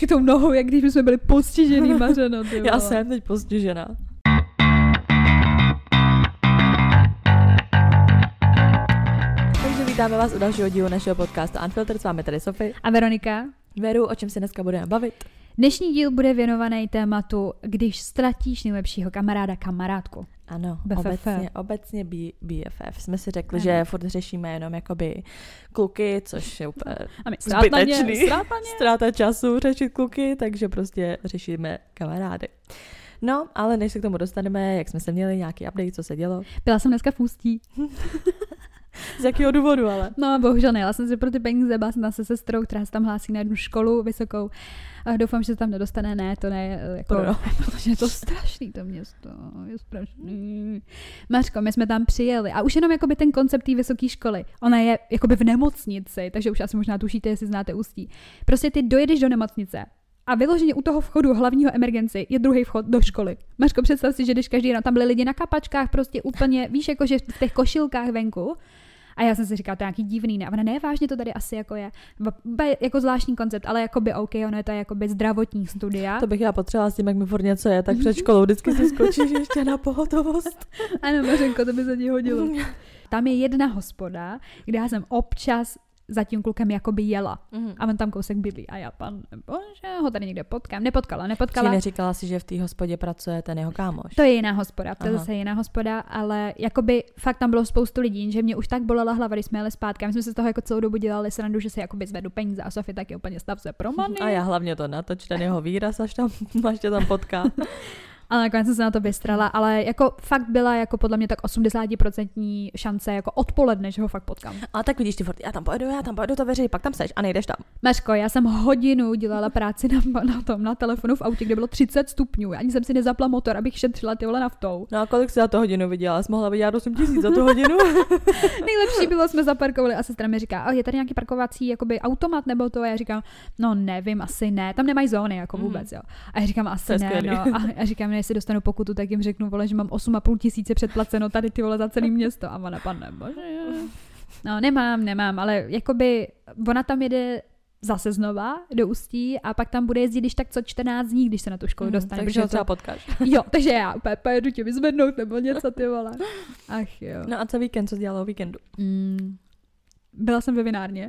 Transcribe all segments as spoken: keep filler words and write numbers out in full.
ještě tou nohou, jak když jsme byli postižený, Mařeno. Já jsem teď postižená. Takže vítáme vás u dalšího dílu našeho podcastu Unfiltered, s vámi tady Sofie. A Veronika. Veru, o čem se dneska budeme bavit? Dnešní díl bude věnovaný tématu, když ztratíš nejlepšího kamaráda, kamarádku. Ano, B F F. obecně, obecně B, BFF. Jsme si řekli, ano. že furt řešíme jenom jakoby kluky, což je úplně A my zbytečný. Ztráta času řešit kluky, takže prostě řešíme kamarády. No, ale než se k tomu dostaneme, jak jsme se měli, nějaký update, co se dělo? Byla jsem dneska v Ústí. Z jakého důvodu, ale? No, bohužel nejela jsem si pro ty peníze, byla jsem tam se sestrou, která se tam hlásí na jednu školu vysokou. A doufám, že se tam nedostane, ne, to ne, jako, no. Protože je to strašný, to město, je strašný. Mařko, my jsme tam přijeli a už jenom jakoby ten koncept té vysoké školy, ona je jakoby v nemocnici, takže už asi možná tušíte, jestli znáte Ústí. Prostě ty dojedeš do nemocnice a vyloženě u toho vchodu hlavního emergency je druhý vchod do školy. Mařko, představ si, že jdeš každý ráno, tam byli lidi na kapačkách, prostě úplně, víš, jako že v těch košilkách venku. A já jsem si říkala, to je nějaký divný, ne? A ne, vážně to tady asi jako je. Jako zvláštní koncept, ale jakoby OK, ono je to jakoby zdravotní studia. To bych já potřebovala s tím, jak mi furt něco je, tak před školou vždycky si skočíš ještě na pohotovost. Ano, Mařenko, to by se ti hodilo. Tam je jedna hospoda, kde já jsem občas za tím klukem jakoby jela. Mm. A on tam kousek bydlí. A já, pan, bože, ho tady někde potkám. Nepotkala, nepotkala. Či neříkala si, že v té hospodě pracuje ten jeho kámoš? To je jiná hospoda, to je zase jiná hospoda, ale jakoby fakt tam bylo spoustu lidí, že mě už tak bolela hlava, když jsme jeli zpátky. My jsme se z toho jako celou dobu dělali srandu, že si jakoby zvedu peníze a Sofie taky úplně stav se pro money. A já hlavně to natoč, ten jeho výraz, až tam, až tě tam potká. Ale nakonec jsem se na to vystrala, ale jako fakt byla jako podle mě tak osmdesát procent šance jako odpoledne, že ho fakt potkám. A tak vidíš ty furt, já tam pojedu, já tam pojedu, to věří, pak tam seš a nejdeš tam. Mařko, já jsem hodinu dělala práci na, na tom, na telefonu v autě, kde bylo třicet stupňů. Ani jsem si nezapla motor, abych šetřila ty vole naftou. No a kolik jsi za to hodinu vydělala? Jsi mohla vydělat osm tisíc za tu hodinu? Nejlepší bylo, jsme zaparkovali a sestra mi říká, a je tady nějaký parkovací jakoby automat nebo to? A já říkám, no nevím, asi ne. Tam nemají zóny jako vůbec, jo. A já říkám, asi ne, no. A já říkám, ne, jestli dostanu pokutu, tak jim řeknu, vole, že mám osm a půl tisíce předplaceno tady ty vole za celý město. A ona, pane bože. No nemám, nemám, ale jakoby ona tam jede zase znova do Ústí a pak tam bude jezdit když tak co čtrnáct dní, když se na tu školu dostane. Mm, takže ho třeba potkáš. Jo, takže já úplně pojedu tě vyzvednout nebo něco, ty vole. Ach jo. No a co víkend, co jsi dělala o víkendu? Mm, byla jsem ve vinárně.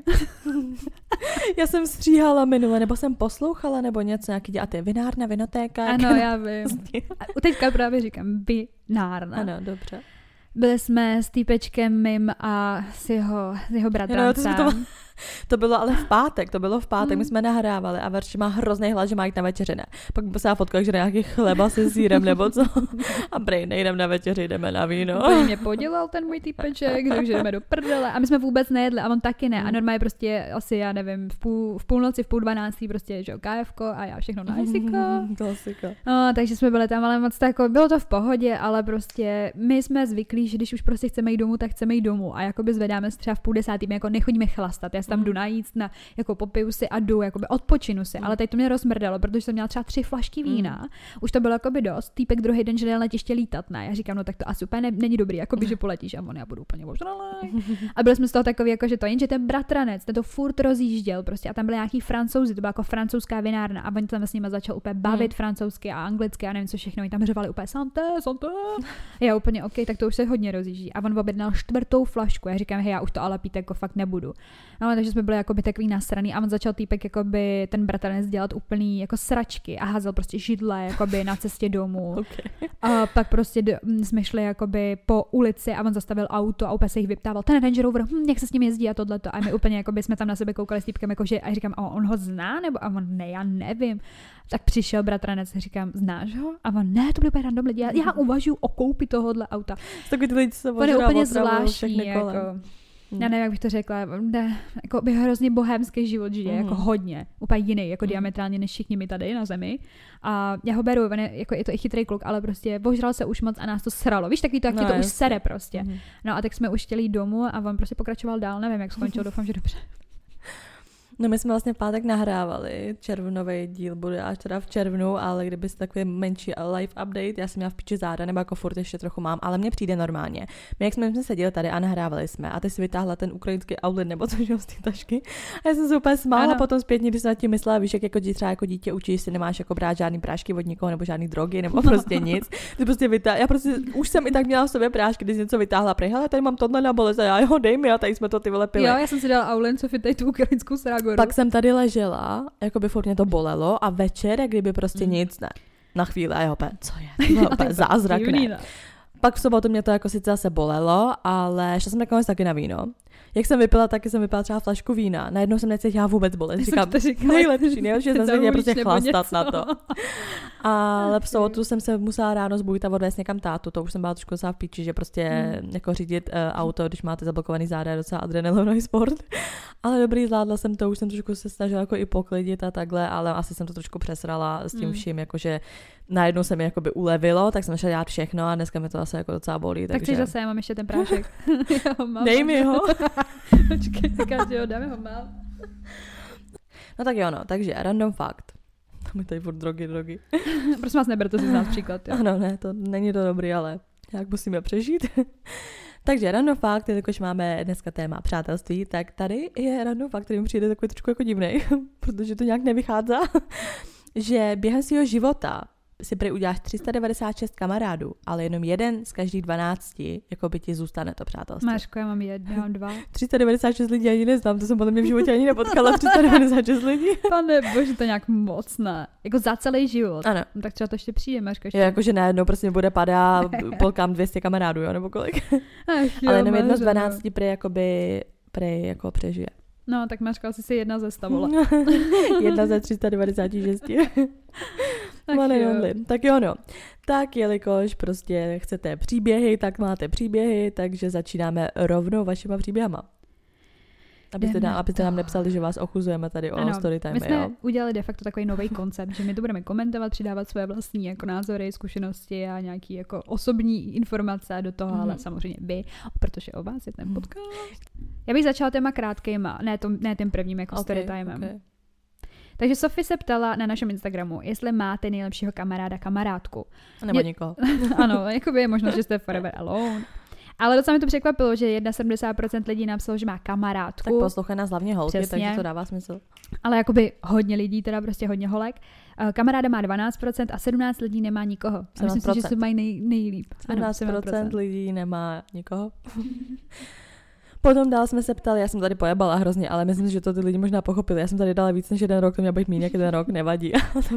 Já jsem stříhala minule, nebo jsem poslouchala, nebo něco, nějaký dělat je vinárna, vinotéka. Ano, já vím. A teďka právě říkám vinárna. Ano, dobře. Byli jsme s týpečkem mým a s jeho, s jeho bratrancem. No, to, to bylo ale v pátek, to bylo v pátek, mm. my jsme nahrávali a Verči má hrozný hlad, že má jít na večeři, ne. Pak posádá fotka, že nějaký chleba se sýrem nebo co. A prej, nejdem na večeři, jdeme na víno. Úplně mě podělal ten můj týpeček, takže jdeme do prdele. A my jsme vůbec nejedli a on taky ne. A normálně prostě asi, já nevím, v půl, v půlnoci, v půl dvanáctý prostě, že jo, kájevko a já všechno na iciko. Klasika. No, takže jsme byli tam, ale moc to jako, bylo to v pohodě, ale prostě my jsme zvyklí, že když už prostě chceme jít domů, tak chceme jít domů. A jakoby zvedáme se třeba v půl desátý, jako nechodíme chlastat. Já tam jdu najíst, na, jako popiju si a jdu, jakoby odpočinu si. Mm. Ale teď to mě rozmrdalo, protože jsem měla třeba tři flašky vína. Mm. Už to bylo jakoby dost. Týpek druhý den, že jel na letiště lítat, ne? Já říkám, no tak to asi úplně ne, není dobrý, jakoby, že poletíš a on, já budu úplně ožralej. A byli jsme z toho takový, jako, že to jenže ten bratranec, ten to furt rozjížděl prostě a tam byly nějaký Francouzi, to byla jako francouzská vinárna a on tam s nimi začal úplně bavit mm. francouzsky a anglicky a nevím co všechno. Oni tam řvali úplně santé, santé. Já úplně OK, tak to už se hodně rozjíždí. A on objednal čtvrtou flašku. Já říkám, hej, já už to ale pít jako fakt nebudu. No, takže jsme byli jakoby takový nasraný a on začal týpek jakoby ten bratranec dělat úplný jako sračky a házel prostě židle jakoby na cestě domů. Okay. A pak prostě do, jsme šli jakoby po ulici a on zastavil auto a úplně se jich vyptával. Ten Range Rover, hm, jak se s ním jezdí a tohleto. A my úplně jakoby jsme tam na sebe koukali s týpkem jakože a říkám, a on ho zná nebo a on ne, já nevím. Tak přišel bratranec a říkám, znáš ho? A on, ne, to byly úplně random lidi. Já, já uvažuji o koupi tohohle auta. Takový ty lidi se on je úplně zvláštní, jako, hmm. já nevím, jak bych to řekla, ne, jako by hrozně bohémský život žije, mm. jako hodně, úplně jiný, jako mm. diametrálně než všichni my tady na zemi. A já ho beru, on je, jako je to i chytrý kluk, ale prostě božral se už moc a nás to sralo. Víš, takový to, jak no, ti to jasný. Už sere prostě. Mm. No a tak jsme už chtěli jít domů a on prostě pokračoval dál, nevím, jak skončil, doufám, že dobře. No my jsme vlastně v pátek nahrávali, červnový díl bude až teda v červnu, ale kdyby se takový menší live update, já jsem měla v piči záda, nebo jako furt ještě trochu mám, ale mně přijde normálně. My jak jsme, jsme seděli tady a nahrávali jsme a ty si vytáhla ten ukrajinský outlet nebo co z té tašky a já jsem se úplně smála a potom zpětně, když jsem nad tím myslela, víš, jak jako dítě, třeba jako dítě učíš, si nemáš jako brát žádný prášky od nikoho nebo žádný drogy nebo prostě nic. Ty prostě vytáhla, já prostě už jsem i tak měla v sobě prášky, když něco vytáhla, prej, hele, tady mám tohle na bolest a já jo, dej mi a tady jsme to ty vole pili. Jo, já jsem si dala Aulen, co tady tu ukrajinskou srágoru. Pak jsem tady ležela, jako by furt mě to bolelo a večer, jak kdyby prostě mm. nic, ne. Na chvíli a jo, opět, co je, no, opět, zázrak, ne. Pak v sobotu mě to jako sice zase bolelo, ale šla jsem nakonec taky na víno. Jak jsem vypila, taky jsem vypila třeba flašku vína. Najednou jsem necítila vůbec bolest. Říkám, nejlepší, nejlepší, jsem se prostě chlastat na to. Ale v sobotu jsem se musela ráno zbudit a odvést někam tátu. To už jsem byla trošku docela v píči, že prostě hmm. jako řídit uh, auto, když máte zablokovaný záda, je docela adrenalinový sport. Ale dobrý, zvládla jsem to, už jsem trošku se snažila jako i poklidit a takhle, ale asi jsem to trošku přesrala s tím hmm. vším, jakože najednou se mi jakoby ulevilo, tak jsem šla dělat všechno a dneska mi to zase jako docela bolí. Tak chceš zase, já mám ještě ten prášek. jo, mám, Dej mi ho. Počkej, říkáš, jo, dáme ho, mám. No tak jo, no, takže random fakt. My tady furt drogy, drogy. Prosím vás, neberte si z nás příklad, jo. Ano, ne, to není to dobrý, ale jak musíme přežít. Takže random fakt, jakož máme dneska téma přátelství, tak tady je random fakt, který mi přijde takový trošku jako divnej, protože to nějak nevychází, že během svého života si prý uděláš tři sta devadesát šest kamarádů, ale jenom jeden z každých dvanácti, jako by ti zůstane to přátelství. Máško, já mám jedno, já mám dva. tři sta devadesát šest lidí ani neznám, to jsem podle mě v životě ani nepotkala, tři sta devadesát šest lidí. Pane bože, to nějak moc ne. Jako za celý život. Ano. No, tak třeba to ještě přijde, Máško. Je jako, že najednou prostě mi bude padat polkám dvě stě kamarádů, jo, nebo kolik. Ach, jo, ale jenom jedno z no. dvanácti prý jakoby, prý jako přežije. No, tak Máško, asi si jedna ze sta, vole. Jedna ze tři sta devadesát šest. Tak jo. tak jo, no. Tak jelikož prostě chcete příběhy, tak máte příběhy, takže začínáme rovnou vašima příběhama. Abyste, nám, abyste nám nepsali, že vás ochuzujeme tady o storytime. My jsme jo? udělali de facto takový nový koncept, že my to budeme komentovat, přidávat své vlastní jako názory, zkušenosti a nějaký jako osobní informace do toho, mm. ale samozřejmě vy, protože o vás je ten podcast. Já bych začala téma krátkejma, ne, tom, ne tím prvním jako okay, storytimem. Okay. Takže Sofie se ptala na našem Instagramu, jestli máte nejlepšího kamaráda, kamarádku. Nebo je, nikoho. Ano, jakoby je možnost, že jste forever alone. Ale docela mi to překvapilo, že sedmdesát jedna procent lidí napsalo, že má kamarádku. Tak poslouchají nás hlavně holky, přesně. Takže to dává smysl. Ale jakoby hodně lidí, teda prostě hodně holek. Kamaráda má dvanáct procent a sedmnáct lidí nemá nikoho. A myslím si, že se mají nej, nejlíp. sedmnáct procent lidí nemá nikoho. Potom dál jsme se ptali, já jsem tady pojebala hrozně, ale myslím, že to ty lidi možná pochopili. Já jsem tady dala víc než jeden rok, to měl být méně jak jeden rok, nevadí.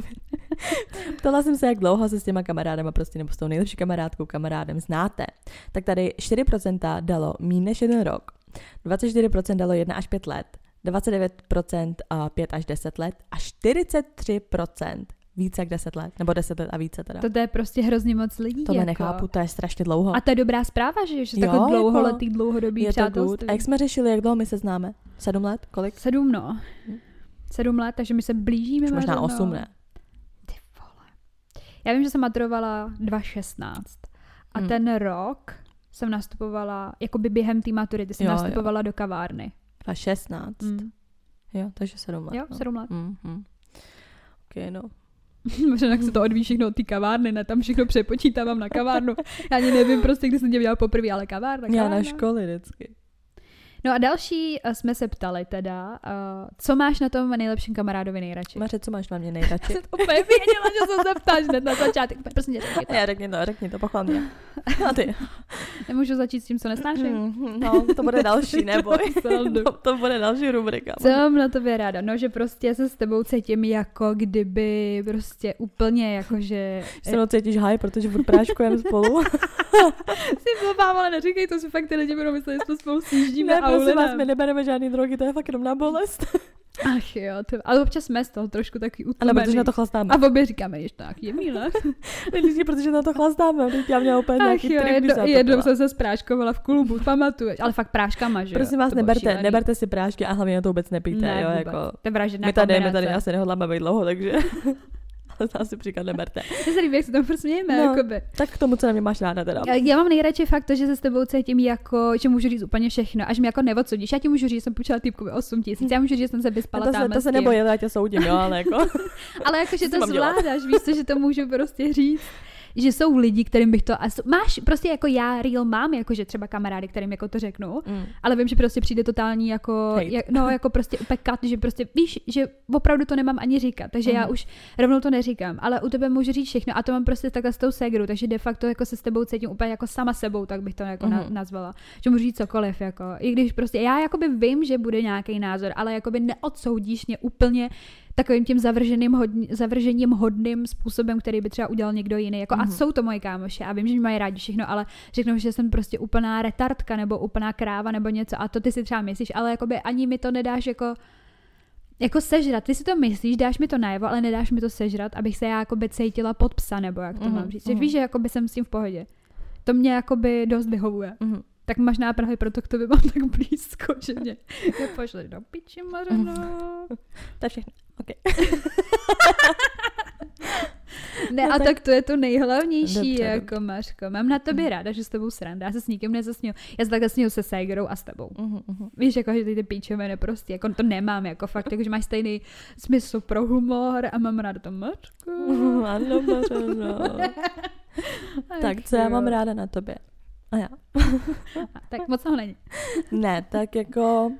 Ptala jsem se, jak dlouho se s těma kamarádama prostě nebo s tou nejlepší kamarádkou, kamarádem znáte. Tak tady čtyři procenta dalo méně než jeden rok, dvacet čtyři procent dalo jedna až pět let, dvacet devět procent pět až deset let a čtyřicet tři procent více jak deset let, nebo deset let a více teda. To je prostě hrozně moc lidí. To jako. nechápu, to je strašně dlouho. A to je dobrá zpráva, že je takový dlouholetý, jako, dlouhodobý přátelství. A jak jsme řešili, jak dlouho my se známe? Sedm let? Kolik? Sedm, no. Hm. Sedm let, takže my se blížíme. Možná osm, ne? Ty vole. Já vím, že jsem maturovala dva tisíce šestnáct. A hmm. ten rok jsem nastupovala, jakoby během té maturity jsem jo, nastupovala jo. do kavárny. dva tisíce šestnáct. Hmm. Jo, takže sedm let. Jo, no. sedm let. Mm-hmm. Ok, no. Možná jak se to odvíjí všechno od té kavárny, ne? Tam všechno přepočítávám na kavárnu. Já ani nevím prostě, kdy jsem tě dělala poprvé, ale kavárna, kavárna. Já na školy vždycky. No a další uh, jsme se ptali teda, uh, co máš na tom nejlepším kamarádovi nejradši? Maře, co máš na mě nejradši? Já jsem úplně věděla, že se zeptáš hned na začátek. Prosím tě, řekni to. Já řekni to, řekni to, pochvál mě. A ty? Nemůžu začít s tím, co nesnáším? Mm, no, to bude další, neboj. to, to bude další rubrika. Co mám na tobě ráda? No, že prostě se s tebou cítím jako kdyby prostě úplně jakože... Se mnou cítíš haj, protože furt práškujeme spolu. Jsi blbá, ale neříkej to, si fakt ty lidi budou myslet, že jsme spolu sjíždíme. Ne, prosím vás, my nebereme žádný drogy, to je fakt jenom na bolest. Ach jo, to, ale občas jsme z toho trošku taky utlumený. Ale protože na to chlastáme. A v obě říkáme, že to nějaký jemný, ne? Lidi, protože na to chlastáme, teď já měla úplně nějaký jo, trik, jedno, když jednou jsem se spráškovala v klubu, pamatuješ, ale fakt práškama, že jo? Prosím vás, neberte, neberte si prášky a hlavně na to vůbec nepijte, ne, jo, vůbec. jako. To je vražedná my tady, kombinace. my tady asi nehodláme být dlouho, takže... ale to asi příklad neberte. Já se líbí, jak se tomu prostě smějeme, no, jakoby. Tak k tomu, co na mě máš ráda teda. Já, já mám nejradši fakt to, že se s tebou cítím jako, že můžu říct úplně všechno, až mi jako neodsudíš. Já ti můžu říct, že jsem půjčila týpkovi osm tisíc, já můžu říct, že jsem se vyspala to tam. Se, to se nebojím, já tě soudím, jo, ale jako. Ale jako, že to zvládáš, víš co, že to můžu prostě říct. Že jsou lidi, kterým bych to... A máš prostě jako já real mám, jakože třeba kamarády, kterým jako to řeknu, mm. ale vím, že prostě přijde totální jako... Jak, no jako prostě úplně kat, že prostě víš, že opravdu to nemám ani říkat, takže mm. já už rovnou to neříkám, ale u tebe můžu říct všechno a to mám prostě takhle s tou ségru, takže de facto jako se s tebou cítím úplně jako sama sebou, tak bych to jako mm. na, nazvala. Že můžu říct cokoliv, jako. I když prostě já jakoby vím, že bude nějaký názor, ale jakoby neodsoudíš mě úplně takovým tím zavrženým hodn, zavržením hodným způsobem, který by třeba udělal někdo jiný. Jako, mm. A jsou to moji kámoši a vím, že mě mají rádi všechno, ale řeknou, že jsem prostě úplná retardka nebo úplná kráva nebo něco a to ty si třeba myslíš, ale jakoby ani mi to nedáš jako jako sežrat. Ty si to myslíš, dáš mi to najevo, ale nedáš mi to sežrat, abych se já jakoby cítila pod psa, nebo jak to mm. mám říct. Mm. Víš, že jakoby jsem s tím v pohodě. To mě jakoby dost vyhovuje. Mm. Tak možná právě proto k tobě mám tak blízko, že mě nepošli do piči, Mařeno. To je všechno. Okay. Ne, no a tak, tak to je to nejhlavnější, dobře, jako dobře. Mařko. Mám na tobě ráda, že s tebou sranda. Já se s nikým nezasměju. Já se takhle směju se ségrou a s tebou. Uh-huh, uh-huh. Víš, jako, že ty ty píčové neprostý. Jako to nemám, jako fakt, jako, že máš stejný smysl pro humor a mám ráda to Mařko. Uh, ano, Mařeno. Tak co já mám ráda na tobě? A já. A, tak moc toho není. Ne, tak jako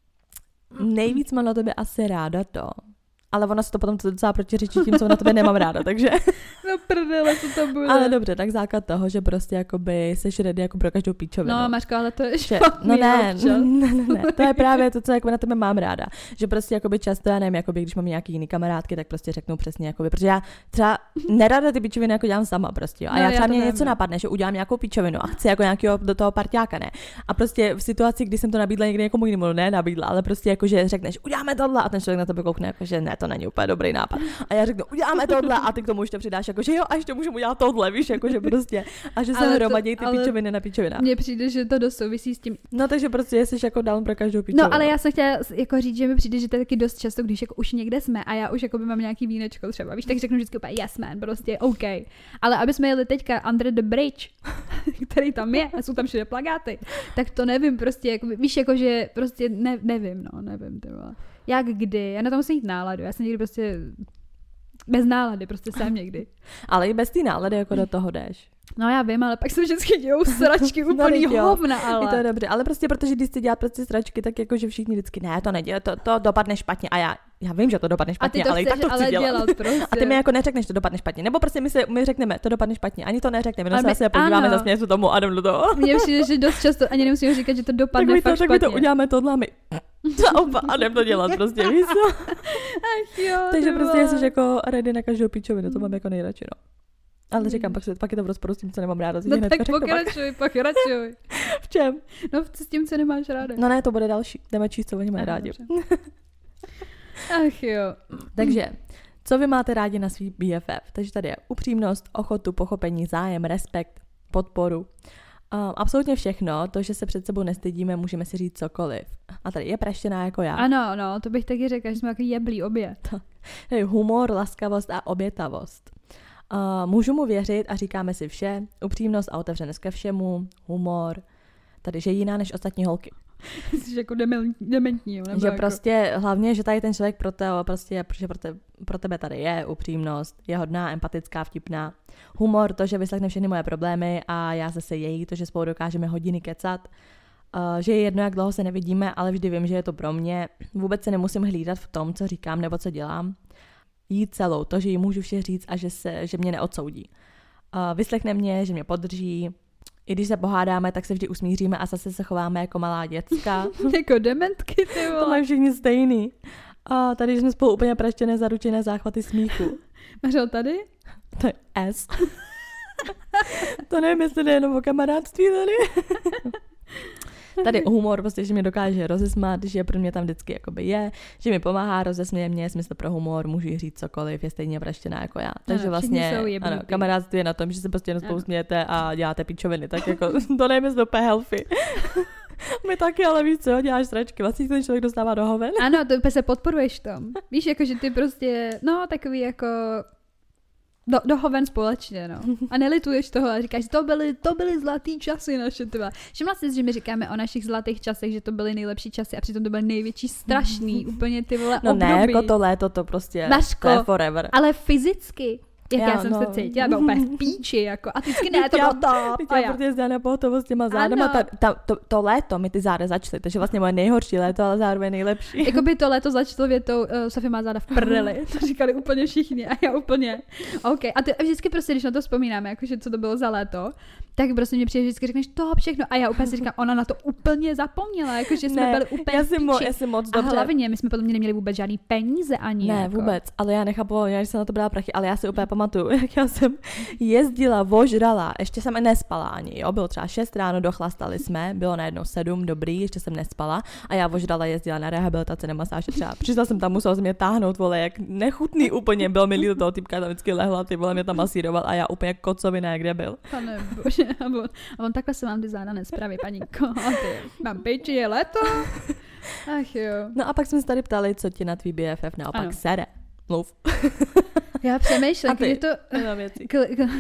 nejvíc mám na tobě asi ráda to, ale ona se to potom docela protiřečí tím, co na tebe nemám ráda, takže... No prdele, co to bude. Ale dobře, tak základ toho, že prostě jakoby seš ready jako pro každou píčovinu. No, Mařko, ale to je že, No ne, ne, ne, ne, to je právě to, co jako na tebe mám ráda. Že prostě jakoby často, já nevím, jakoby, když mám nějaký jiný kamarádky, tak prostě řeknu přesně, jakoby, protože já třeba nerada ty píčoviny jako dělám sama prostě. A no, já třeba mě něco napadne, že udělám nějakou píčovinu a chci jako nějakého do toho parťáka, ne. A prostě v situaci, kdy jsem to nabídla někdy někomu jinému, ne nabídla, ale prostě jako, že řekneš, uděláme tohle a ten člověk na tebe koukne, jako, že ne, to není úplně dobrý nápad. A já řeknu, uděláme tohle a ty k tomu už to přidáš, jako, že jo, a ještě můžeme udělat tohle, víš, jako, že prostě. A že se hromadí ty píčoviny na píčovinách. Mně přijde, že to dost souvisí s tím. No, takže prostě jsi jako down pro každou píčovinu. No, ale já jsem chtěla jako říct, že mi přijde, že to je taky dost často, když jako už někde jsme a já už jako by mám nějaký vínečko třeba, víš, tak řeknu vždycky úplně yes man, prostě OK. Ale aby jsme jeli teďka under the bridge, který tam je a jsou tam všude plakáty, tak to nevím, prostě, jako, víš, jako, že prostě ne, nevím, no, nevím, ty vole. Jak kdy, já na to musím jít náladu, já jsem někdy prostě bez nálady, prostě jsem někdy. Ale i bez té nálady jako do toho jdeš. No já vím, ale pak se vždycky dějou sračky úplný no, hovna, ale. Je to dobře, ale prostě protože když jsi dělat prostě sračky, tak jako, že všichni vždycky, ne, to nedělá, to, to dopadne špatně a já, já vím, že to dopadne špatně, ale i tak to chci dělat. dělat prostě. A ty mi jako neřekneš, to dopadne špatně, nebo prostě my, se, my řekneme, to dopadne špatně, ani to neřekneme, jenom se asi podíváme, zasměje se tomu a jdem do toho. Mně přijde, že dost často ani nemusíme říkat, že to dopadne tak fakt to, špatně. Tak my to uděláme tohle a my a jdem to dělat prostě, víš co? Ach jo, takže prostě jsi jako ready na každou píčovinu, to mám jako nejradši, no. Ale říkám, pak, se, pak je to v rozporu s tím, co nemám ráda. No tak pokračuj, pokračuj. V čem? No s tím, co nemáš ráda. No ne, to bude další. Jdeme číst, co oni mají rádi. Ach jo. Takže, co vy máte rádi na svý B F F? Takže tady je upřímnost, ochotu, pochopení, zájem, respekt, podporu. Um, absolutně všechno, to, že se před sebou nestydíme, můžeme si říct cokoliv. A tady je praštěná jako já. Ano, no, to bych taky řekla, že jsme jako jeblí obě. To, tady humor, laskavost a obětavost. Uh, můžu mu věřit a říkáme si vše, upřímnost a otevřenost ke všemu, humor, tady, že jiná než ostatní holky. Jsi jako dementní. Nebo že jako... prostě hlavně, že tady ten člověk pro, te, prostě, protože pro, te, pro tebe tady je upřímnost, je hodná, empatická, vtipná. Humor, to, že vyslechne všechny moje problémy a já zase její, to, že spolu dokážeme hodiny kecat. Uh, že je jedno, jak dlouho se nevidíme, ale vždy vím, že je to pro mě. Vůbec se nemusím hlídat v tom, co říkám nebo co dělám. Jít celou, to, že jí můžu vše říct a že, se, že mě neodsoudí. Uh, vyslechne mě, že mě podrží. I když se pohádáme, tak se vždy usmíříme a zase se chováme jako malá děcka. Jako dementky, ty vole. To mají všichni stejný. A tady jsme spolu úplně praštěné, zaručené záchvaty smíchu. Máš ho tady? To je S. To nevím, jestli jde jenom o kamarádství tady. Tady humor, prostě, že mě dokáže rozesmát, že pro mě tam vždycky jakoby je, že mi pomáhá, rozesměje mě, smysl pro humor, můžu jí říct cokoliv, je stejně vraštěná jako já. Takže ano, vlastně ano, kamarádství je na tom, že se prostě jenom spolu smějete a děláte pičoviny, tak jako to nevím, jestli to úplně healthy. My taky, ale víš co, děláš sračky, vlastně ten člověk dostává do hoven. Ano, to se podporuješ v tom. Víš, jako že ty prostě, no takový jako... Do, do hoven společně, no. A nelituješ toho a říkáš, to byly, to byly zlatý časy naše, tyva. Všimla jsi, že my říkáme o našich zlatých časech, že to byly nejlepší časy a přitom to byly největší strašný, úplně ty vole no období. No ne, jako to léto, to prostě, Mařko, to je forever. Ale fyzicky, jak já, já jsem no. se cítila, byla úplně v píči, jako, a vždycky ne, to bylo top. Teď já protože jezdila na pohotovost s těma zádama, ta, ta, to, to léto mi ty záda začaly, takže vlastně moje nejhorší léto, ale zároveň nejlepší. Jakoby to léto začalo větou, uh, Sofie má záda v prdeli, to říkali úplně všichni a já úplně, OK. A ty vždycky prostě, když na to vzpomínáme, jakože co to bylo za léto, tak prostě mě přijde vždycky řekneš to všechno a já úplně si říkám, ona na to úplně zapomněla, jakože jsme ne, byli úplně já si, mo- já si moc dobře. A hlavně my jsme potom neměli vůbec žádný peníze ani. Ne, jako. vůbec, ale já nechápu, já jsem na to brala prachy, ale já si úplně pamatuju, jak já jsem jezdila, vožrala, ještě jsem nespala ani, jo, bylo třeba šest ráno, dochlastali jsme, bylo najednou sedm, dobrý, ještě jsem nespala a já vožrala, jezdila na rehabilitaci, na masáže třeba. Přišla jsem tam, musela jsem mě táhnout, vole, jak nechutný úplně, bylo mi líto toho typka, tam vždycky lehla, ty vole, mě tam masíroval a já úplně kocovina, kde byl. Pane bože, a on, a on takhle se vám ty záda nespraví, paníko, a ty, mám piči, je léto. Ach jo. No a pak jsme se tady ptali, co ti na tvý B F F naopak ano. sere. Mluv. Já přemýšlím, když to... Na věci. Kl- kl-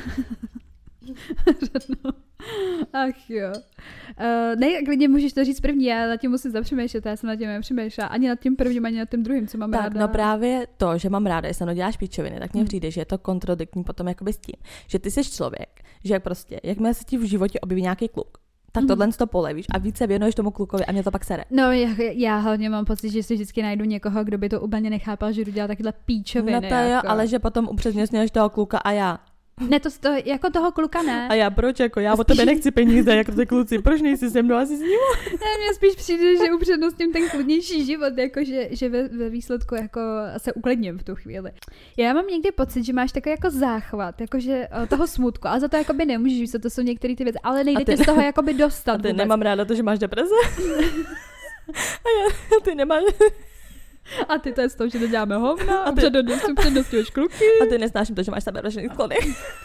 Ach jo. Uh, ne, klidně můžeš to říct první, já nad tím musím zapřemýšlet, já jsem nad tím nepřemýšlela. Ani nad tím prvním, ani nad tím druhým, co mám tak, ráda. No právě to, že mám ráda, jestli děláš píčoviny, tak mně hmm. přijde, že je to kontradiktní potom jakoby s tím, že ty jsi člověk, že jak prostě, jakmile se ti v životě objeví nějaký kluk, tak tohle mm. to polevíš a více věnuješ tomu klukovi a mě to pak sere. No já, já hlavně mám pocit, že si vždycky najdu někoho, kdo by to úplně nechápal, že jdu dělat takhle píčoviny. No to jo, jako. Ale že potom upřednostňuješ toho kluka a já. Ne, to, to jako toho kluka ne. A já proč, jako já o tebe nechci peníze, jako ty kluci, proč nejsi se mnou asi s ním? Ne, mně spíš přijde, že upřednostním ten klidnější život, jako že, že ve, ve výsledku jako se uklidním v tu chvíli. Já mám někdy pocit, že máš takový jako záchvat, jakože toho smutku, ale za to jakoby nemůžeš, co to jsou některé ty věci, ale nejde tě z toho jakoby dostat. A ty vůbec. Nemám ráda to, že máš deprese. A já, ty nemáš... A ty to je z toho, že to děláme hovna a ty přednostňuješ kluky. A ty nesnáším to, že máš sebevražedný sklony.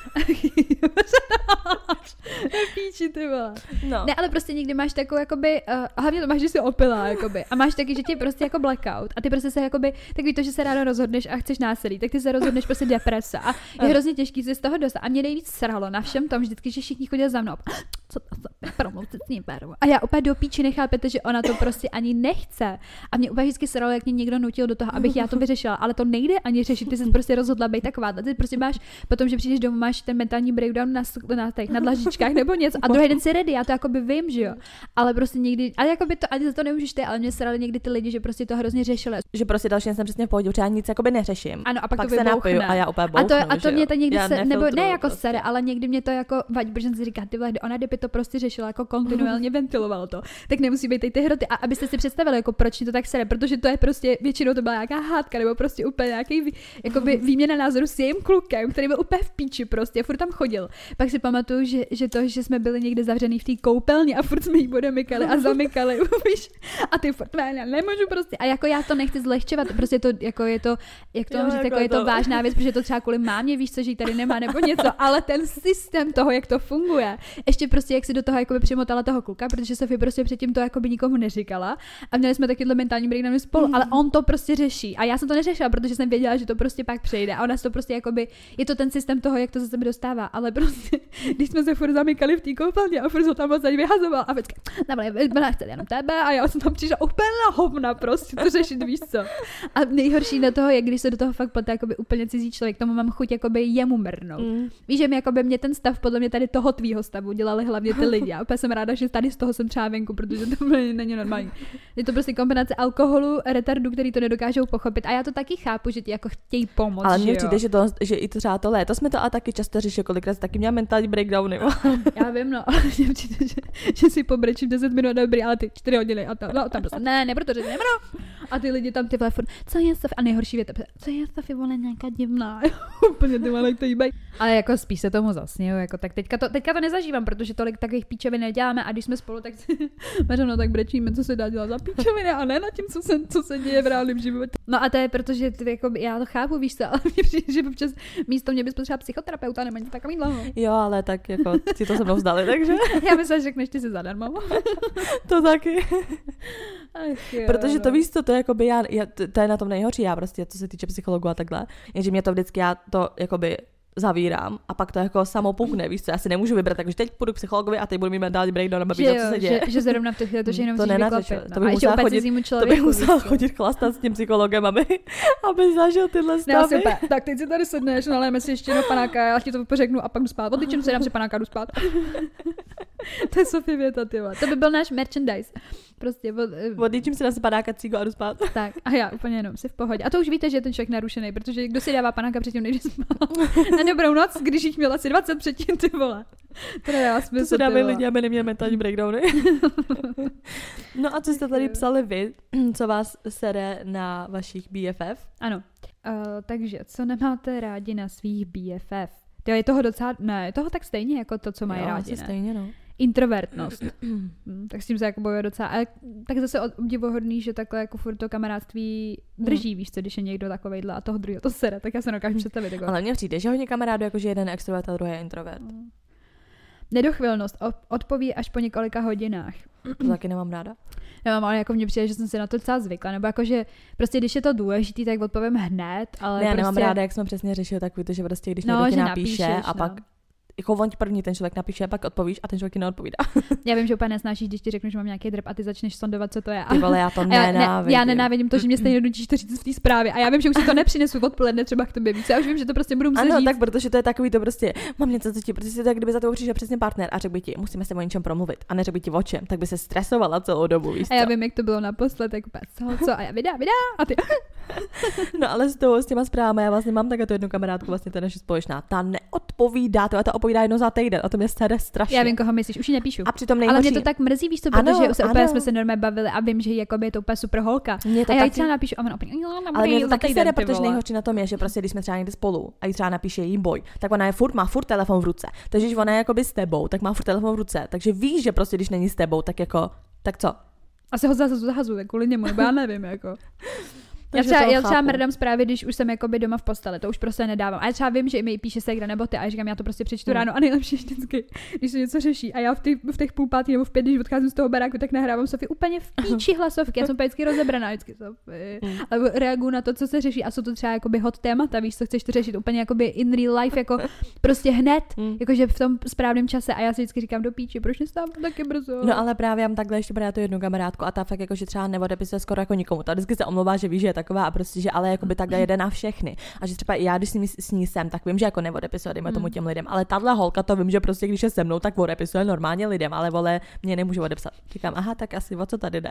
Píči, ty vole. No. Ne, ale prostě někdy máš takovou, jakoby, uh, hlavně to máš, že jsi opilá, jakoby. A máš taky, že ti je prostě jako blackout. A ty prostě se jakoby, tak víš to, že se ráno rozhodneš a chceš násilí, tak ty se rozhodneš prostě deprese. A je hrozně těžký si z toho dostat. A mě nejvíc sralo na všem tom vždycky, že všichni chodili za mnou. Co to za promluvce s ním beru. A já úplně do píči nechápete, že ona to prostě ani nechce. A mě úplně vždycky sralo, jak mě někdo nutil do toho, abych já to vyřešila, ale to nejde ani řešit, ty jsi prostě rozhodla být taková. Ty prostě máš, potom, že přijdeš domů, máš ten mentální breakdown na, na, těch, na dlažičkách nebo něco a druhý den si ready, já to jakoby vím, že jo. Ale prostě někdy, ale jakoby to ani za to nemůžeš ty, ale mě srali někdy ty lidi, že prostě to hrozně řešili. Že prostě další jsem přesně v pohodě, já nic jakoby neřeším. Ano, a pak, pak to se napiju a já úplně bouchnu, a to, a to mě to někdy se, nebo ne jako prostě. sere, ale někdy mě to jako vadí, protože jsem si říká, ty vole, ona kdyby to prostě řešila jako kontinuálně ventiloval to, tak nemusí být ty hroty. A abyste si představili, jako proč to tak sere, protože to je prostě většinou to byla nějaká hádka nebo prostě úplně nějaký jakoby výměna názoru s jejím klukem, který byl úplně v píči prostě a furt tam chodil. Pak si pamatuju, že, že to, že jsme byli někde zavřený v té koupelně a furt jsme jí odemykali a zamykali, víš? A ty furt, já nemůžu prostě. A jako já to nechci zlehčovat, prostě to, jako je to, jak to mám říct, jako je to vážná věc, protože to třeba kvůli mámě, víš co, že jí tady nemá nebo něco, ale ten systém toho, jak to funguje, ještě prostě jak si do toho jakoby přimotala toho kluka, protože Sofie prostě předtím to jakoby nikomu neříkala a měli jsme takyhle mentální breakdown spolu, mm. ale on to prostě řeší a já jsem to neřešila, protože jsem věděla, že to prostě pak přejde a ona to prostě jakoby, je to ten systém toho, jak to ze sebe dostává, ale prostě, když jsme se furt zamykali v té koupelně a furt se tam moc vyhazoval a vždycky, byla chtěla jenom tebe a já jsem tam přišla úplně na hovna prostě to řešit, víš co. A nejhorší na toho je, když se do toho fakt plete jakoby úplně cizí člověk, tomu mám chuť jakoby jemu mrnout. Mm. Víš, že mi jakoby mě ten stav, podle mě tady toho tvýho stavu dělali hlavně ty lidi. A úplně jsem ráda, že tady z toho jsem třeba venku, protože to není normální. Je to prostě kombinace alkoholu, retardu, který to nedokážou pochopit. A já to taky chápu, že ti jako chtějí pomoct. Ale mně přijde, že, to, že i to třeba to léto jsme to a taky často řešili, kolikrát taky měla mentální breakdowny. Já vím, no, ale mně přijde, že, že si pobrečím deset minut dobrý, ale ty čtyři hodiny a tam, no, tam prostě ne, ne, protože nemám. A ty lidi tam ty vole furt, co je Sofie, a nejhorší věta, co je Sofie, vole, nějaká divná. Úplně ty vole, to jíbají. Ale jako spíš se tomu zasněju, jako tak teďka to, teďka to nezažívám, protože tolik takových píčovin neděláme a když jsme spolu, tak Mařeno, tak brečíme, co se dá dělat za píčoviny a ne na tím, co se, co se děje v reálném životě. No a to je, protože ty, jako, já to chápu, víš co, ale mě přijde, že občas místo mě bys potřeba psychoterapeuta, nemá to takový dlouho. Jo, ale tak jako si to se mnou vzdali, takže. Já myslím, že řekneš ty si zadarmo. To taky. Ach jo, protože no. to víš co, to je jakoby já, já, to je na tom nejhorší, já prostě, co se týče psychologu a takhle, jenže mě to vždycky, já to jakoby zavírám a pak to jako samo pukne, víš co, já si nemůžu vybrat, takže teď půjdu k psychologovi a teď budu mít mentální breakdown, aby viděl, co se děje. Že, že zrovna v té chvíli to, že jenom to musíš vyklopit. No. To bych musela chodit, člověku, to bych musela chodit chlastat s tím psychologem, aby, aby zažil tyhle stavy. Ne, super. Tak teď si tady sedneš, nalijeme si ještě do panáka, já ti to pořeknu a pak jdu spát. Odličím se, dám si panáka, jdu spát. To je Sofie věta, tyva. To by byl náš merchandise. Prostě od, odličím si, dám si panáka, cígo a jdu spát. Tak a já úplně jenom si v pohodě. A to už víte, že je ten člověk narušený, protože kdo si dává panáka předtím, než spát. Na dobrou noc, když jich měla asi dvacet předtím, ty vole. To nedává smysl. To se dávají lidi, aby neměli mentální breakdowny. No a co jste tady psali vy, co vás sere na vašich B F F? Ano. Uh, takže, co nemáte rádi na svých B F F? To je toho docela, ne, je toho tak stejně jako to, co mají jo, rádi, ne? stejně, no. Introvertnost. Tak s tím se jako bojuje docela. Ale tak zase obdivuhodný, že takhle jako furt to kamarádství drží, hmm. víš co, když je někdo takovejhle a toho druhého to sere, tak já se dokážu představit. Jako. Ale mně přijde, že hodně kamarádů, jakože jeden je extrovert a druhý je introvert. Hmm. Nedochvilnost odpoví až po několika hodinách. To taky nemám ráda. Nemám, ale jako mně přijde, že jsem si na to docela zvykla, nebo jako, že prostě když je to důležitý, tak odpovím hned, ale ne, já prostě... nemám ráda, jak jsme přesně řešili takový to, že prostě když no, někdo ti napíše napíšeš, a no. pak jako on ti první ten člověk napíše a pak odpovíš a ten člověk ti neodpovídá. Já vím, že úplně nesnášíš, když ti řeknu, že mám nějaký drb a ty začneš sondovat, co to je. Ty vole, já to nenávidím. Já, ne, já nenávidím to, že mě stejně nutíš to říct v té zprávě. A já vím, že už si to nepřinesu odpoledne třeba k tobě víc. Já už vím, že to prostě budu muset ano, říct. tak protože to je takový to prostě, mám něco, co ti, protože si to, kdyby za to přišel přesně partner a řekl by ti, musíme se o něčem promluvit a neřekl by ti o čem, tak by se stresovala celou dobu, víš co? A já vím, jak to bylo naposled, tak co, co, a já vydá, vydá, a ty. No ale s tou, s těma zprávami, já vlastně mám takovou jednu kamarádku, vlastně ta naše společná, ta neodpovídá, to, ta odpovídá jedno za týden. A to mě sere strašně. Já vím, koho myslíš, už ji nepíšu. A přitom nejhorší. Ale mě to tak mrzí, víš co, protože ano, se úplně jsme se normálně bavili a vím, že jakoby je to úplně super holka. Mě to a já taky... jí třeba napíšu a ona opět, no, ale mě to taky sere, protože nejhorší na tom je, že prostě když jsme třeba někde spolu a jí třeba napíše jí boj, tak ona je furt, má furt telefon v ruce. Takže když ona je jakoby s tebou, tak má furt telefon v ruce. Takže víš, že prostě když není s tebou, tak jako, tak co? Asi ho zase zahazuje kvůli němu, nebo já nevím, jako. Já třeba, já třeba mrdám zprávy, když už jsem jakoby doma v posteli, to už prostě nedávám. A já třeba vím, že mi píše ségra nebo ty a já říkám, já to prostě přečtu ráno a nejlepší vždycky, když se něco řeší. A já v těch, v těch půl pátý nebo v pět, když odcházím z toho baráku, tak nahrávám Sofii úplně v píči hlasovky. Já jsem vždycky rozebraná, vždycky Sofii. Mm. Ale reaguju na to, co se řeší a jsou to třeba jakoby hot témata, víš, co chceš to řešit úplně jakoby in real life, jako prostě hned, mm. jakože v tom správném čase. A já si vždycky říkám do píči, proč nestávám taky brzo. No ale právě já mám takhle ještě právě tu jednu kamarádku a ta fakt jakože třeba neodepisuje skoro jako nikomu. Ta vždycky se omlouvá, že ví, že je taková a prostě že ale jakoby takhle jede na všechny. A že třeba i já, když s ní, s ní jsem, tak vím, že jako neodepisuje, dejme tomu těm lidem, ale tahle holka to vím, že prostě když je se mnou, tak odepisuje normálně lidem, ale vole, mě nemůžu odepsat. Říkám, aha, tak asi o co tady jde.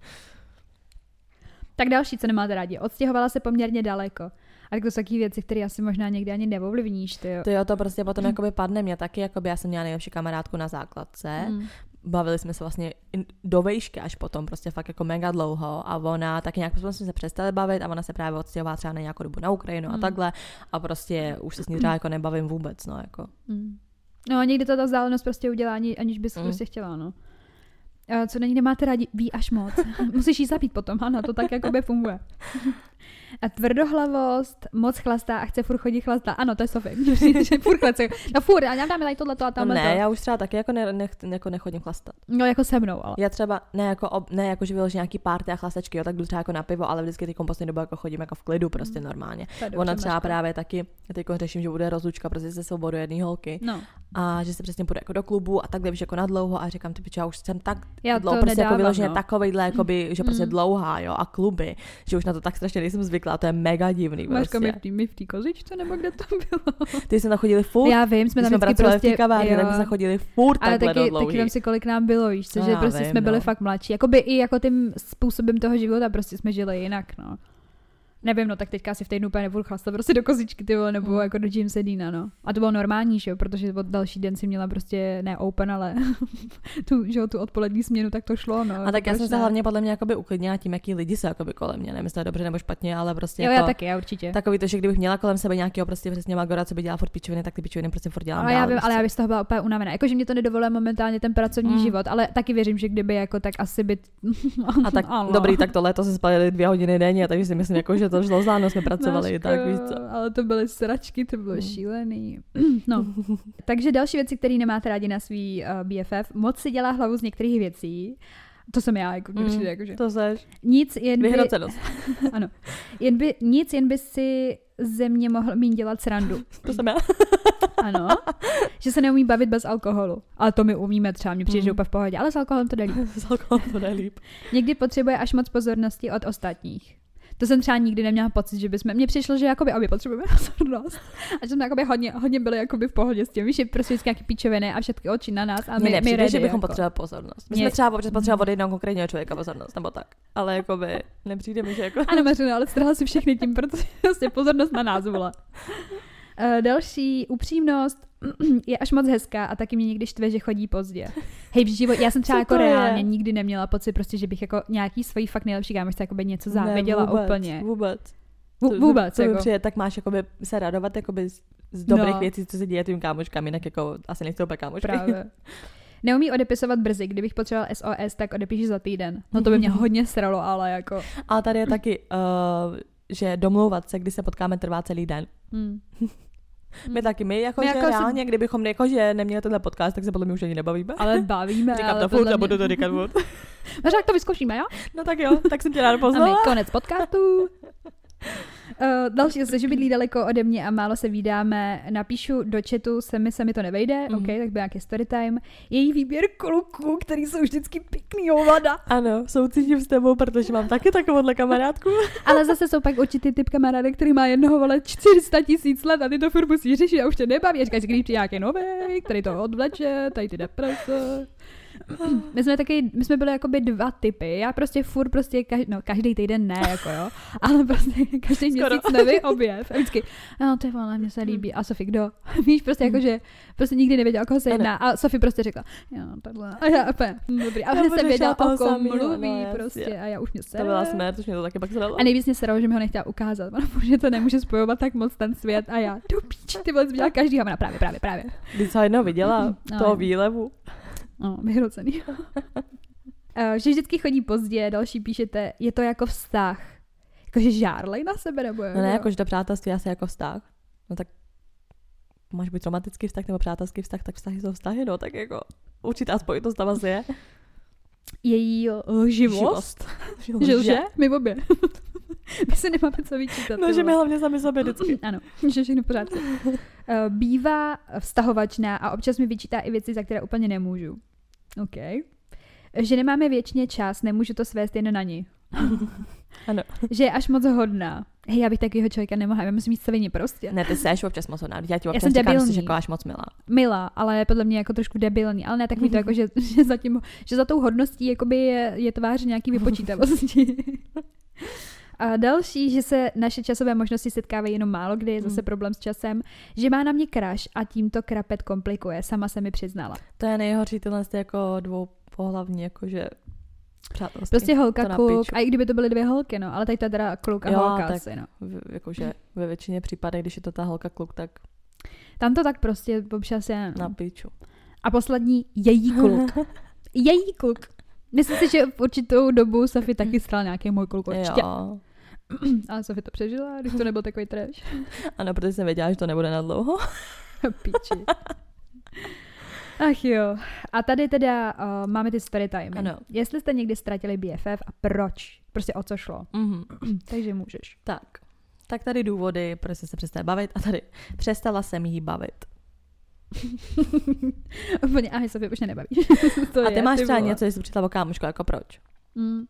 Tak další, co nemáte rádi. Odstěhovala se poměrně daleko. A tak to jsou taky věci, které asi možná někdy ani neovlivníš, ty jo. To jo, to prostě potom jakoby padne mě taky, jakoby já jsem měla nejlepší kamarádku na základce. Mm. Bavili jsme se vlastně do vejšky až potom, prostě fakt jako mega dlouho a ona taky nějak jsme se přestali bavit a ona se právě odstěhovala třeba na nějakou dobu na Ukrajinu mm. a takhle a prostě už se s ní třeba jako nebavím vůbec, no jako. Mm. No někdy to ta vzdálenost prostě udělá, aniž bys mm. prostě chtěla, no. Co není nemáte rádi, ví až moc. Musíš jí zabít potom, ano, to tak jakoby funguje. A tvrdohlavost, moc chlastá a chce furt chodit chlastá. Ano, to je Sofie. Furt chlastá. No furt, a já dáme tady tohleto a tamhle. No ne, já už třeba taky jako, ne, ne, jako nechodím chlastat. No jako se mnou, ale. Já třeba, ne jako, ob, ne jako že vyloží nějaký párty a chlastačky, jo, tak jdu třeba jako na pivo, ale vždycky ty poslední dobu jako chodím jako v klidu, prostě normálně. Ona třeba právě taky, teď řeším, že bude rozlučka prostě se svobodou jedné holky. No. A že se přesně půjde jako do klubu a takhle víš jako na dlouho a říkám, ty piče, já už jsem tak já dlouho, prostě nedávám, jako vyloženě no. takovejhle, jakoby, že prostě mm. dlouhá, jo, a kluby, že už na to tak strašně nejsem zvyklá, to je mega divný. Máš Prostě. my v té kozičce, nebo kde to bylo? Ty jsme tam chodili furt. Já vím, jsme tam vždycky prostě, v kavárně, tak jsme chodili furt ale takhle taky, dlouhý. taky vím si, kolik nám bylo, víš, co, že já prostě vím, jsme byli no. fakt mladší. Jakoby i jako tím způsobem toho života prostě jsme žili jinak, no. Nevím, no tak teďka si v týdnu úplně nebudu chlastat prostě do kozičky, ty vole, nebo mm. jako do Jim Sedina, no. A to bylo normální, že jo, protože od další den si měla prostě ne open, ale tu, že jo, tu odpolední směnu, tak to šlo, no. A tak já jsem se ne? hlavně podle mě jakoby uklidnila tím, jaký lidi se jakoby kolem mě, nevím, jestli to je dobře nebo špatně, ale prostě jo, jako já taky, já určitě. Takový to, že kdybych měla kolem sebe nějakého prostě přesně magora, co by dělal furt pičoviny, tak ty pičoviny prostě furt dělám. Ale dál, já vím, ale já bych z toho byla úplně unavená. Jakože mě to nedovoluje momentálně ten pracovní mm. život, ale taky věřím, že kdyby jako tak asi by a tak dobrý, tak to léto se spalili dvě hodiny denně, takže si myslím, jako, že to šlo zláno, jsme pracovali, Máško, tak víš co. Ale to byly sračky, to bylo mm. šílený. No. Takže další věci, které nemáte rádi na svý uh, B F F, moc si dělá hlavu z některých věcí, To jsem já, jako, mm, přijde, jakože. To seš. Nic, jen by... Vyhrocenost. Ano. Jen by, nic, jen by si ze mě mohl mít dělat srandu. To jsem já. Ano. Že se neumí bavit bez alkoholu. Ale to my umíme třeba, mě přijde, Mm. že úplně v pohodě. Ale s alkoholem to jde líp. S alkoholem to jde líp. Někdy potřebuje až moc pozornosti od ostatních. To jsem třeba nikdy neměla pocit, že bychom... Mně přišlo, že jakoby obě potřebujeme pozornost. A že jsme jakoby hodně, hodně byli jakoby v pohodě s tím. Víš, že prostě vždycky nějaký píčoviny a všechny oči na nás. A my, Mně nepřijde, my ready, že bychom jako. potřebovali pozornost. My Mě... jsme třeba občas potřebovali od jednoho konkrétního člověka pozornost, nebo tak. Ale jakoby nepřijde mi, že jako... Ano, Mařeno, ale strhla si všechny tím, protože prostě pozornost na nás, vole. Uh, další upřímnost je až moc hezká a taky mě někdy štve, že chodí pozdě. Hej, v životě, já jsem třeba Co jako to je? reálně nikdy neměla pocit, prostě, že bych jako nějaký svojí fakt nejlepší kámošce jakoby něco záviděla ne, vůbec, úplně. Vůbec. V, To- vůbec, to, to mi jako. přijde, tak máš jakoby se radovat jakoby z, z dobrých No. věcí, co se děje tvým kámoškám, jinak jako asi nejsou úplně kámošky. Právě. Neumí odepisovat brzy, kdybych potřeboval S O S, tak odepíš za týden. No to by mě hodně sralo, ale jako... A tady je taky, uh, že domlouvat se, kdy se potkáme, trvá celý den. Hmm. My taky, my jako, My že jako si- reálně, kdybychom jako, že neměli tenhle podcast, tak se podle mě už ani nebavíme. Ale bavíme, Říkám ale to furt podle a mě... budu to říkat furt. No, tak to vyzkoušíme, jo? No tak jo, tak jsem tě ráda A my poznala. konec podcastu. Uh, další zase, že bydlí daleko ode mě a málo se vídáme. Napíšu do chatu, se mi, se mi to nevejde, Mhm. ok, tak byl nějaký story time. Její výběr kluků, který jsou vždycky pěkný ovada. Ano, soucítím s tebou, protože mám taky takovouhle kamarádku. Ale zase jsou pak určitý typ kamarádek, který má jednoho vole čtyři sta tisíc let a ty to furt musí řešit a už tě nebaví. A říkáš si, když přijde nějaký nový, který to odvleče, tady ty deprese. My jsme taky, my jsme byli jakoby dva typy. Já prostě furt prostě, každý, no každý týden ne, jako jo, ale prostě každý Skoro. měsíc nový objev. A vždycky, no ty vole, mně se líbí. A Sofie, kdo? Víš, prostě jako, že prostě nikdy nevěděla, o koho se jedná. A Sofie prostě řekla, jo, takhle. A já úplně, hm, dobrý. A Já hned jsem budu věděla, šla o toho kom samýho, mluví no, jasně. prostě. A já už mě To sere. byla smrt, už mě to taky pak zralo. A nejvíc mě seralo, že mi ho nechtěla ukázat. Ona že to nemůže spojovat tak moc ten svět. A já, do píči, ty vole, jsi viděla každý. A ona, právě, právě, právě. Když jsem jednou viděla No, toho jo. výlevu. No, vyhrocený. Uh, že vždycky chodí pozdě, další píšete, je to jako vztah. Jakože žárlej na sebe, nebo No ne, jakože to přátelství asi jako vztah. No tak máš buď romantický vztah nebo přátelský vztah, tak vztahy jsou vztahy, no tak jako určitá spojitost tam asi je. Její lživost. Že lže? My obě. My se nemáme co vyčítat. No, ty že my vole. hlavně sami sobě vždycky. Ano, že všechno v pořádku. Uh, bývá vztahovačná a občas mi vyčítá i věci, za které úplně nemůžu. OK. Že nemáme věčně čas, nemůžu to svést jen na ní. Ano. Že je až moc hodná. Hej, já bych takového člověka nemohla, já musím mít svině prostě. Ne, ty seš občas moc hodná. Já ti Já občas jsem říkám, že jsi debilní. jako až moc milá. Milá, ale podle mě jako trošku debilní, ale ne takový to jako, že, že, za tím, že za tou hodností jakoby je, je tvář nějaký vypočítavosti. A další, že se naše časové možnosti setkávají jenom málo, kdy je zase problém s časem, že má na mě crush a tím to krapet komplikuje, sama se mi přiznala. To je nejhorší tyhle ty jako dvou pohlavní, jakože přátelství. Prostě holka, To na kluk, piču. a i kdyby to byly dvě holky, no, ale tady to je teda kluk a Jo, holka tak asi, no. v- jakože ve většině případech, když je to ta holka kluk, tak Tam to tak prostě občas je, no. na piču. A poslední, její kluk. Její kluk. Myslím si, že v určitou dobu Sofie taky stala nějaký můj kluk určitě. Jo. Ale Sofie to přežila, když to nebyl takový trash. Ano, protože jsem věděla, že to nebude na dlouho. Píči. Ach jo. A tady teda uh, máme ty story time. Ano. Jestli jste někdy ztratili B F F a proč? Prostě o co šlo? Mhm. Takže můžeš. Tak. Tak tady důvody, proč jsem se přestala bavit a tady přestala jsem jí bavit. Úplně, ahoj, Sofie, už mě nebaví. To A ty je, máš ty třeba vole. něco, že jsi přečetla o kámošku, jako proč? Mm.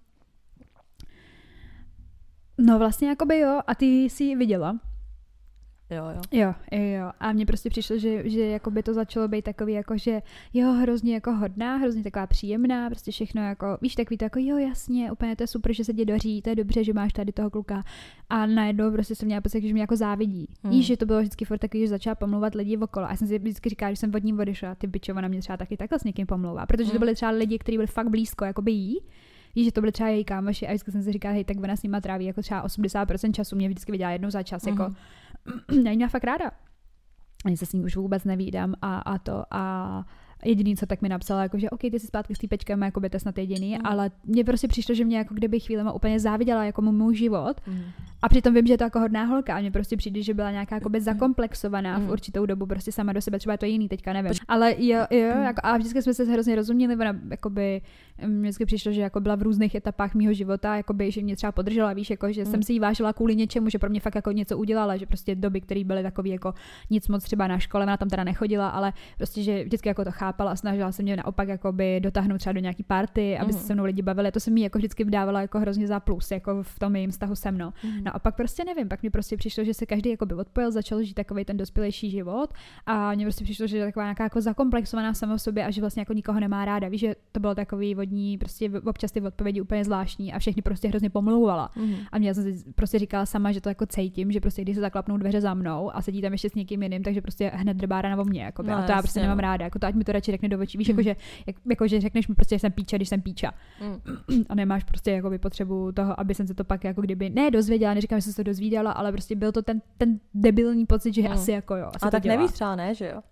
No vlastně jakoby jo. A ty jsi ji viděla? Jo, jo. Jo, jo. A mně prostě přišlo, že, že jako by to začalo být takový jako, že jo, hrozně jako hodná, hrozně taková příjemná, prostě všechno jako, víš, takový to jako jo, jasně, úplně to je super, že se ti daří, to je dobře, že máš tady toho kluka. A najednou prostě jsem měla pocit, že mě jako závidí. Hmm. Víš, že to bylo vždycky furt takový, že začala pomlouvat lidi okolo. A já jsem si vždycky říkala, že jsem od ní odešla, ty bičova na mě třeba taky takhle s někým pomlouvá, protože to Hmm. byly třeba lidi, kteří byli fakt blízko, jako by jí. Víš, že to byly třeba její kámoši a vždycky jsem si říkala, hej, tak ona s nima tráví jako třeba osmdesát procent času, mě vždycky viděla jednou za čas, jako já ji měla fakt ráda. Ani se s ním už vůbec nevídám a, a to a Jediný, co tak mi napsala, jako, že OK, ty jsi zpátky s týpečkem, jako by to snad jediný, mm. ale mně prostě přišlo, že mě jako kdyby chvílema úplně záviděla jako můj život mm. a přitom vím, že je to jako hodná holka a mně prostě přijde, že byla nějaká jakoby zakomplexovaná mm. v určitou dobu prostě sama do sebe, třeba je to jiný, teďka nevím. Ale jo, jo, jako, a vždycky jsme se hrozně rozuměli, ona jakoby, mně vždycky přišlo, že jako byla v různých etapách mýho života, jakoby, že mě třeba podržela, víš, jako, že mm. jsem si jí vážila kvůli něčemu, že pro mě fakt jako něco udělala, že prostě doby, které byly takový jako nic moc třeba na škole, ona tam teda nechodila, ale prostě, že vždycky jako to chápala a snažila se mě naopak jakoby dotáhnout třeba do nějaký party, aby mm. se se mnou lidi bavili. To se mi jako vždycky vdávala jako hrozně za plus, jako v tom jejím vztahu se mnou. Mm. No a pak prostě nevím, pak mi prostě přišlo, že se každý jakoby odpojil, začal žít takový ten dospělejší život a mně prostě přišlo, že je taková nějaká jako zakomplexovaná sama v sobě a že vlastně jako nikoho nemá ráda. Víš, že to bylo takový vodní, prostě občas ty odpovědi úplně zvláštní a všechny prostě hrozně pomlouvala. Mm. A mě jsem si prostě říkala sama, že to jako cítím, že prostě když se zaklapnou dveře za mnou a sedí tam ještě s někým jiným, takže prostě hned drbára na mě, jako no, a to já prostě nemám ráda, jako to ať mi to radši řekne do očí, víš, mm. jako že jak, jako že řekneš mi prostě, že jsem píča, když jsem píča. Mm. A nemáš prostě jakoby potřebu toho, aby jsem se to pak jako kdyby ne dozvěděla, neříkám, že jsem se to dozvídala, ale prostě byl to ten, ten debilní pocit, že mm. asi jako jo. Asi a tak dělá. Nevíš třeba, ne, že jo?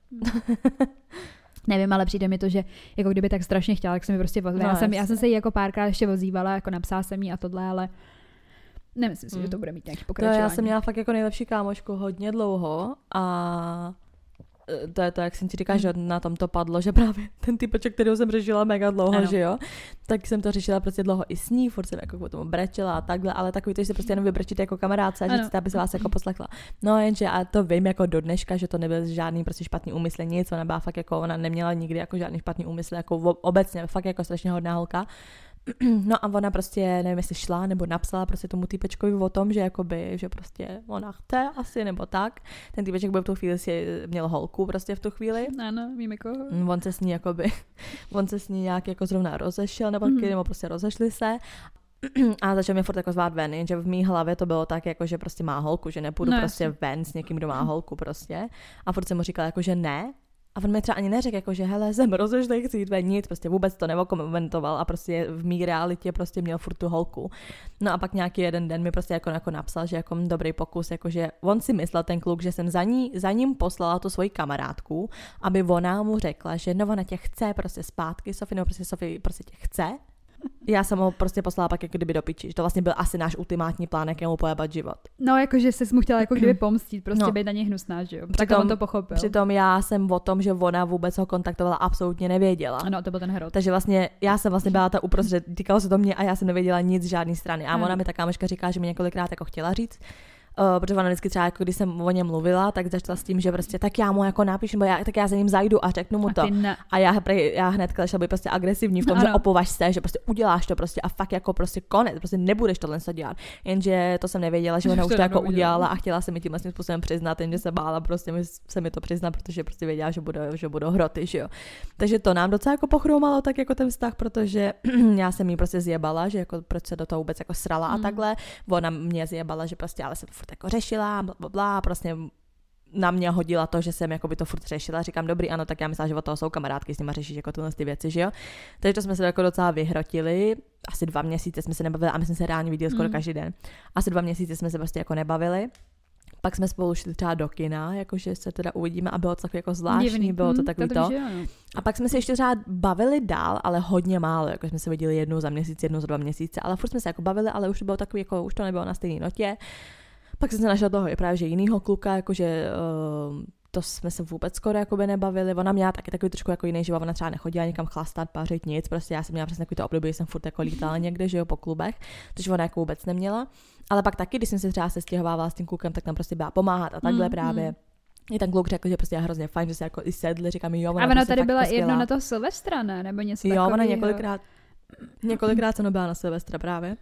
Nevím, ale přijde mi to, že jako kdyby tak strašně chtěla, tak jsem mi prostě ozvala. No, já, jsem, já jsem se jí jako párkrát ještě ozývala, jako napsala jsem jí a tohle, ale nemyslím si, mm. že to bude mít nějaký pokračování. To já jsem měla fakt jako nejlepší kámošku hodně dlouho a to je to, jak jsem ti říkala, mm. že na tom to padlo, že právě ten typeček, kterého jsem řešila mega dlouho, ano. že jo, tak jsem to řešila prostě dlouho i s ní, furt jsem jako k tomu brečela a takhle, ale takový to, že se prostě jenom vybrečíte jako kamarádce a že chcete, aby se vás jako poslechla. No jenže a to vím jako do dneška, že to nebyl žádný prostě špatný úmysl, nic, ona byla fakt jako, ona neměla nikdy jako žádný špatný úmysl, jako obecně, fakt jako strašně hodná holka. No a ona prostě, nevím, jestli šla nebo napsala prostě tomu týpečkovi o tom, že jakoby, že prostě ona chce asi nebo tak. Ten týpeček byl v tu chvíli, si měl holku prostě v tu chvíli. Ano, víme koho. On se s ní jakoby, on se s ní nějak jako zrovna rozešel nebo mm-hmm. nebo prostě rozešli se. A začal mě furt jako zvát ven, jenže v mý hlavě to bylo tak, jako, že prostě má holku, že nepůjdu no, prostě jasný. ven s někým, kdo má holku prostě. A furt jsem mu říkala, jako, že ne. A on mi třeba ani neřekl, jako, že hele, jsem rozešlej, chci jít ven, nic, prostě vůbec to neokomentoval a prostě v mý realitě prostě měl furt tu holku. No a pak nějaký jeden den mi prostě jako, jako napsal, že jako dobrý pokus, jako, že on si myslel ten kluk, že jsem za, ní, za ním poslala tu svoji kamarádku, aby ona mu řekla, že no ona tě chce prostě zpátky, Sofie, no prostě Sofie prostě tě chce. Já jsem ho prostě poslala pak jako kdyby do piči. To vlastně byl asi náš ultimátní plán, jak mu pojebat život. No, jakože jsi mu chtěla jako kdyby pomstit, prostě no. být na něj hnusná, že jo. Tak on to pochopil. Přitom já jsem o tom, že ona vůbec ho kontaktovala, absolutně nevěděla. Ano, to byl ten hrot. Takže vlastně já jsem vlastně byla ta uprostřed, týkalo se to mě a já jsem nevěděla nic z žádné strany. A ona mi ta kámoška říká, že mi několikrát jako chtěla říct, Uh, protože ona vždycky třeba, jako když jsem o něm mluvila, tak začala s tím, že prostě tak já mu jako napíšu, já, tak já za ním zajdu a řeknu mu to. A, a já, já hned začala být prostě agresivní v tom, ano. že opovaž se, že prostě uděláš to prostě a fakt jako prostě konec, prostě nebudeš tohle dělat. Jenže to jsem nevěděla, že ona už to jako udělala a chtěla se mi tím vlastně způsobem přiznat, jenže se bála prostě mi, se mi to přiznat, protože prostě věděla, že budou, že budou hroty, že jo. Takže to nám docela jako pochromalo tak jako ten vztah, protože já jsem jí prostě zjebala, že jako proč se do toho vůbec jako srala a mm. takhle. Ona mě zjebala, že prostě ale jsem furt jako řešila, bla, bla, bla, prostě na mě hodila to, že jsem jako by to furt řešila. Říkám, dobrý, ano, tak já myslela, že od toho jsou kamarádky, s nima řešíš jako tyhle ty věci, že jo. Takže to jsme se jako docela vyhrotili. Asi dva měsíce jsme se nebavili a my jsme se reálně viděli skoro mm. každý den. Asi dva měsíce jsme se prostě jako nebavili. Pak jsme spolu šli třeba do kina, jakože se teda uvidíme a bylo to takový jako zvláštní, Divný. bylo to takový to. to. A pak jsme se ještě třeba bavili dál, ale hodně málo, jako jsme se viděli jednou za měsíc, jednou za dva měsíce, ale furt jsme se jako bavili, ale už to bylo takový, jako už to nebylo na stejné notě. Pak jsem se našla toho i právě že jinýho kluka, jakože uh, to jsme se vůbec skoro jakoby nebavili. Ona měla taky takový trošku jako jiný život, ona třeba nechodila nikam chlastat, pařit, nic, prostě já jsem měla přesně takový to období, jsem furt jako lítala někde, že jo, po klubech, což ona jako vůbec neměla. Ale pak taky, když jsem se třeba sestěhovávala s tím klukem, tak tam prostě byla pomáhat a takhle mm, právě. Mm. I ten kluk řekl, že prostě je hrozně fajn, že se jako i sedli, říkám jo, ona. A ona prostě tady byla poskvělá. jedno na to Silvestra, ne? Nebo něco takového. Jo, ona několikrát, několikrát jsem byla na Silvestra právě.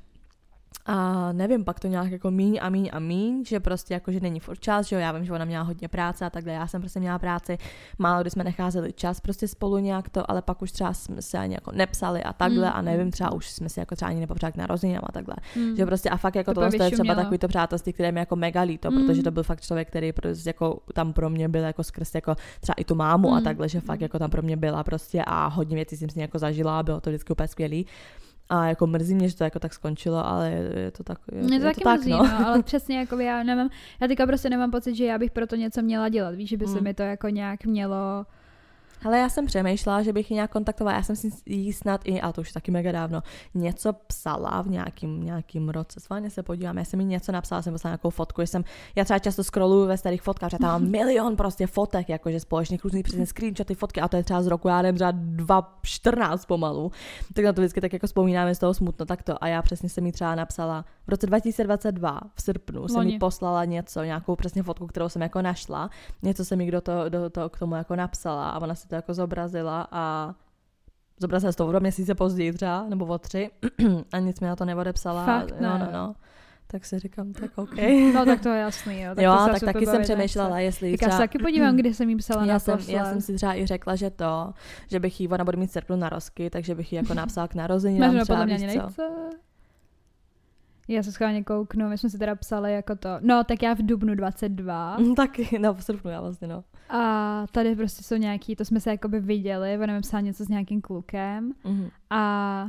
A nevím, pak to nějak jako míň a míň a míň, že prostě jako, že není furt čas, že jo, já vím, že ona měla hodně práce a takhle, já jsem prostě měla práci, málo kdy jsme necházeli čas prostě spolu nějak to, ale pak už třeba jsme se ani jako nepsali a takhle mm. a nevím, třeba už jsme si jako třeba ani nepopřáli k narozeninám a takhle, mm. že prostě a fakt jako to tohle je třeba takový to přátelství, které mi jako mega líto, mm. protože to byl fakt člověk, který prostě jako tam pro mě byl jako skrz jako třeba i tu mámu mm. a takhle, že fakt jako tam pro mě byla prostě a hodně věcí jsem si jako zažila a bylo to vždycky úplně skvělý. A jako mrzí mě, že to jako tak skončilo, ale je to tak, je, mě to je taky to tak, mrzí, no. no, ale přesně jako já nemám, já teďka prostě nemám pocit, že já bych pro to něco měla dělat, víš, že by se mm. mi to jako nějak mělo Ale já jsem přemýšlela, že bych ji nějak kontaktovala, já jsem si jí snad i, a to už taky mega dávno, něco psala v nějakým, nějakým roce. Sválně se podívám, já jsem jí něco napsala, jsem poslala nějakou fotku, jsem, já třeba často scrolluju ve starých fotkách, že tam mám milion prostě fotek, jakože společných různých přesně screenshoty, fotky, a to je třeba z roku, já nevím, třeba dva čtrnáct pomalu. Tak na to vždycky tak jako vzpomínáme z toho smutno takto. A já přesně jsem jí třeba napsala v roce dva tisíce dvacet dva v srpnu, Loni. Jsem jí poslala něco, nějakou přesně fotku, kterou jsem jako našla, něco jsem jí do toho, do toho k tomu jako napsala a ona si to jako zobrazila a zobrazila se to o dva měsíce později třeba, nebo o tři a nic mi na to neodepsala. Fakt, no, ne. no, no. Tak si říkám, tak OK. No tak to je jasný, jo. Tak jo, to tak taky jsem přemýšlela, jestli tak třeba... já se taky podívám, kdy jsem jí psala já na jsem, já jsem si třeba i řekla, že to, že bych jí, ona bude mít srpnu narozky, takže bych jí jako napsala k narozeninám třeba, podle mě víš co? nechce. Já se schválně kouknu, my jsme si teda psali jako to, no tak já v dubnu dvacet dva. Taky, no v srpnu já vlastně, no. A tady prostě jsou nějaký, to jsme se jakoby viděli, ona mi psala něco s nějakým klukem Mm-hmm. a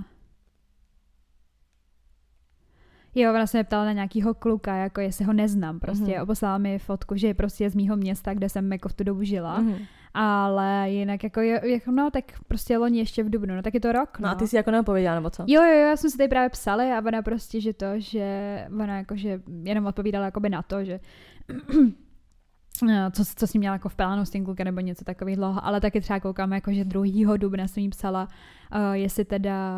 jo, ona se mě ptala na nějakýho kluka, jako jestli ho neznám prostě, Mm-hmm. poslala mi fotku, že je prostě z mýho města, kde jsem jako v tu dobu žila, Mm-hmm. ale jinak jako, jako, no tak prostě loni ještě v dubnu, no tak je to rok, no. No a ty si jako neopověděla, nebo co? Jo, jo, jo, já jsem si tady právě psali a ona prostě, že to, že ona jako, že jenom odpovídala jakoby na to, že co, co jsi měla jako v plánu s tím klukem nebo něco takového, ale taky třeba koukám jako, že druhýho dubna jsem jí psala, uh, jestli teda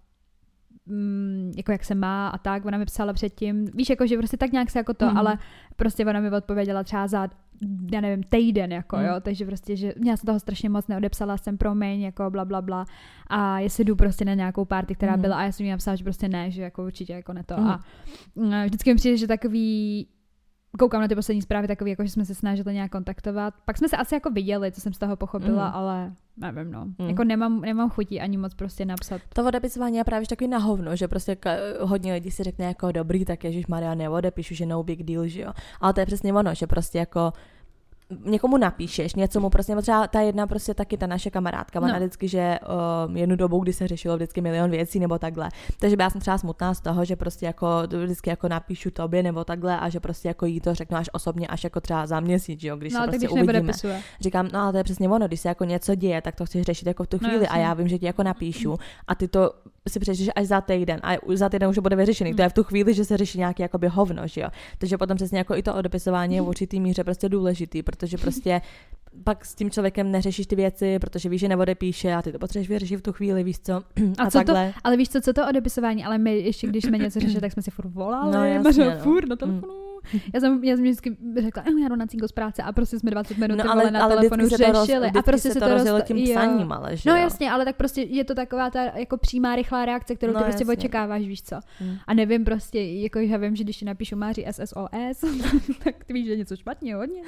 mm, jako jak se má a tak, ona mi psala předtím, víš, jako, že prostě tak nějak se jako to, mm. ale prostě ona mi odpověděla třeba za, já nevím, týden, jako mm. jo, takže prostě, že já jsem toho strašně moc neodepsala, jsem promiň, jako bla, bla, bla a jestli jdu prostě na nějakou party, která mm. byla a já jsem jí napsala, že prostě ne, že jako určitě jako ne to mm. a vždycky mi přijde, že takový koukám na ty poslední zprávy takový, jako že jsme se snažili nějak kontaktovat. Pak jsme se asi jako viděli, co jsem z toho pochopila, mm. ale nevím, no. Mm. Jako nemám, nemám chutí ani moc prostě napsat. To odepisování je právě takový na hovno, že prostě ka- hodně lidí si řekne jako dobrý, tak ježišmarja, neodepíšu, že no big deal, že jo. Ale to je přesně ono, že prostě jako někomu napíšeš, něco mu prostě, třeba ta jedna prostě taky ta naše kamarádka, ona no. vždycky, že um, jednu dobu, kdy se řešilo vždycky milion věcí nebo takhle, takže já jsem třeba smutná z toho, že prostě jako vždycky jako napíšu tobě nebo takhle a že prostě jako jí to řeknu až osobně, až jako třeba za měsíc, jo, když no, se prostě když uvidíme. Říkám, no ale to je přesně ono, když se jako něco děje, tak to chceš řešit jako v tu chvíli no, a já vím, že ti jako napíšu a ty to si přečteš až za týden a za týden už to bude vyřešený. Hmm. To je v tu chvíli, že se řeší nějaký jakoby hovno, že jo. Takže potom přesně jako i to odepisování je v určitý míře prostě důležitý, protože prostě pak s tím člověkem neřešíš ty věci, protože víš, že neodepíše a ty to potřebuješ vyřešit v tu chvíli, víš co. A, a co takhle. To, ale víš co, co to odepisování, ale my ještě když jsme něco řešili, tak jsme si furt volali, no, jasně, no. furt na telefonu. Hmm. Já jsem, já jsem vždycky řekla, já jdu na cínko z práce a prostě jsme dvacet minut no, ale, na ale telefonu řešili. Roz, a prostě se se to to rozjelo roz... tím psaním, ale že No jo. jasně, ale tak prostě je to taková ta jako přímá, rychlá reakce, kterou no, ty prostě jasně. očekáváš, víš co. Hmm. A nevím prostě, jako já vím, že když ti napíšu Máři S S O S, tak ty víš, že něco špatně hodně.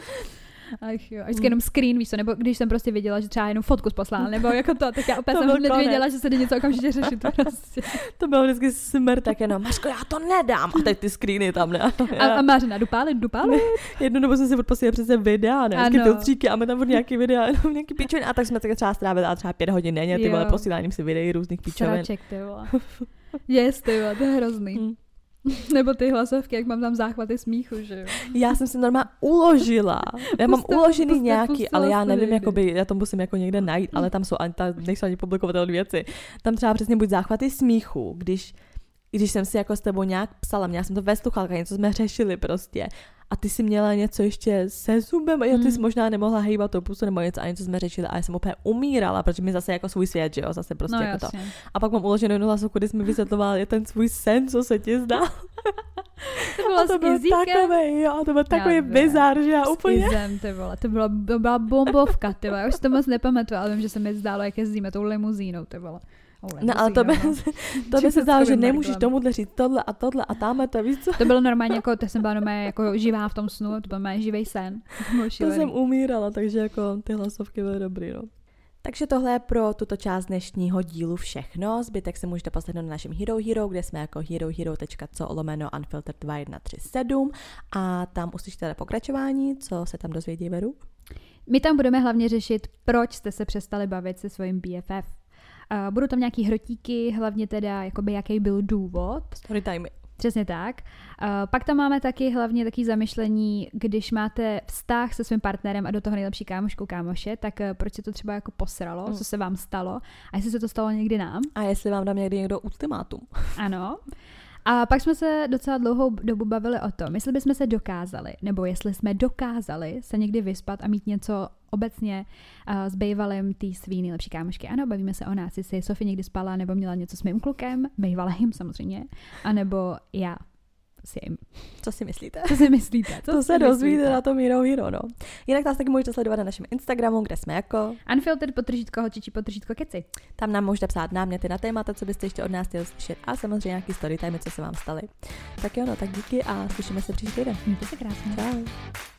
Ach jo, a vždycky jenom screen, víš co, nebo když jsem prostě viděla, že třeba jenom fotku poslala, nebo jako to, tak já opět jsem hned věděla, že se jde něco okamžitě řešit. To, prostě. To bylo vždycky smrt, tak jenom, Mařko, já to nedám. A teď ty screeny tam, ne? A, a Mářina, jdu pálit, jdu pálit. Jednu dobu jsem si odposílala přece videa, ne? Vždycky filtříky a my tam od nějaký videa, jenom nějaký píčovin. A tak jsme tak třeba strávili třeba pět hodin denně, ty vole, posíláním si videí různých píčovin. Sraček, ty vole. Yes, ty vole, to je hrozný. Hmm. Nebo ty hlasovky, jak mám tam záchvaty smíchu, že jo. Já jsem si normálně uložila. Já mám puste, uložený puste, nějaký, puste, ale já nevím, jakoby, já to musím jako někde najít, ale tam jsou, ani, ta, nejsou ani publikovatelné věci. Tam třeba přesně buď záchvaty smíchu, když, když jsem si jako s tebou nějak psala, měla jsem to ve sluchátkách, něco jsme řešili prostě. A ty jsi měla něco ještě se zubem a já ty jsi mm. možná nemohla hejbat to pusu nebo něco a něco jsme řešili a já jsem úplně umírala, protože mi zase jako svůj svět, že jo, zase prostě no, jako jasně. To. A pak mám uloženou jednu hlasovku, kdy jsi mi vysvětlovala, je ten svůj sen, co se ti zdá. To bylo to byl takový, jo, to byl takový bizar, že já úplně. Izem, ty vole, to byla, to byla bombovka, ty vole, já už to moc nepamatuju, ale vím, že se mi zdálo, jak jezdíme tou limuzínou, ty vole. No ale to by, to by se zdálo, že nemůžeš tomuhle říct tohle a tohle a tamhle to, víš co? To bylo normálně jako, to jsem byla normálně jako živá v tom snu, to byl mé živej sen. To jsem umírala, takže jako ty hlasovky byly dobrý, no. Takže tohle je pro tuto část dnešního dílu všechno. Zbytek se můžete poslechnout na našem Hero Hero, kde jsme jako herohero tečka co lomeno unfiltered dva jedna tři sedm a tam uslyšíte pokračování, co se tam dozvědí, Veru. My tam budeme hlavně řešit, proč jste se přestali bavit se svým B F F. Uh, budou tam nějaký hrotíky, hlavně teda, jakoby jaký byl důvod. Storytime. Přesně tak. Uh, pak tam máme taky hlavně taky zamyšlení, když máte vztah se svým partnerem a do toho nejlepší kámoškou kámoše, tak uh, proč se to třeba jako posralo, mm. co se vám stalo a jestli se to stalo někdy nám. A jestli vám dá někdy někdo ultimátum. Ano. A pak jsme se docela dlouhou dobu bavili o tom, jestli bychom se dokázali, nebo jestli jsme dokázali se někdy vyspat a mít něco obecně uh, s bejvalem tý svý nejlepší kámošky. Ano, bavíme se o nás, jestli Sofie někdy spala nebo měla něco s mým klukem, bejvalým samozřejmě, anebo já s jim. Co si myslíte? Co si myslíte? Co to si se myslíte? dozvíte na tom Hero Hero, no. Jinak nás taky můžete sledovat na našem Instagramu, kde jsme jako Unfiltered potržítko holčičí potržítko keci. Tam nám můžete psát náměty na témata, co byste ještě od nás chtěli slyšet a samozřejmě nějaký storytime, co se vám staly. Tak jo, no, tak díky a slyšíme se příští týden. Mějte se krásně. Čau.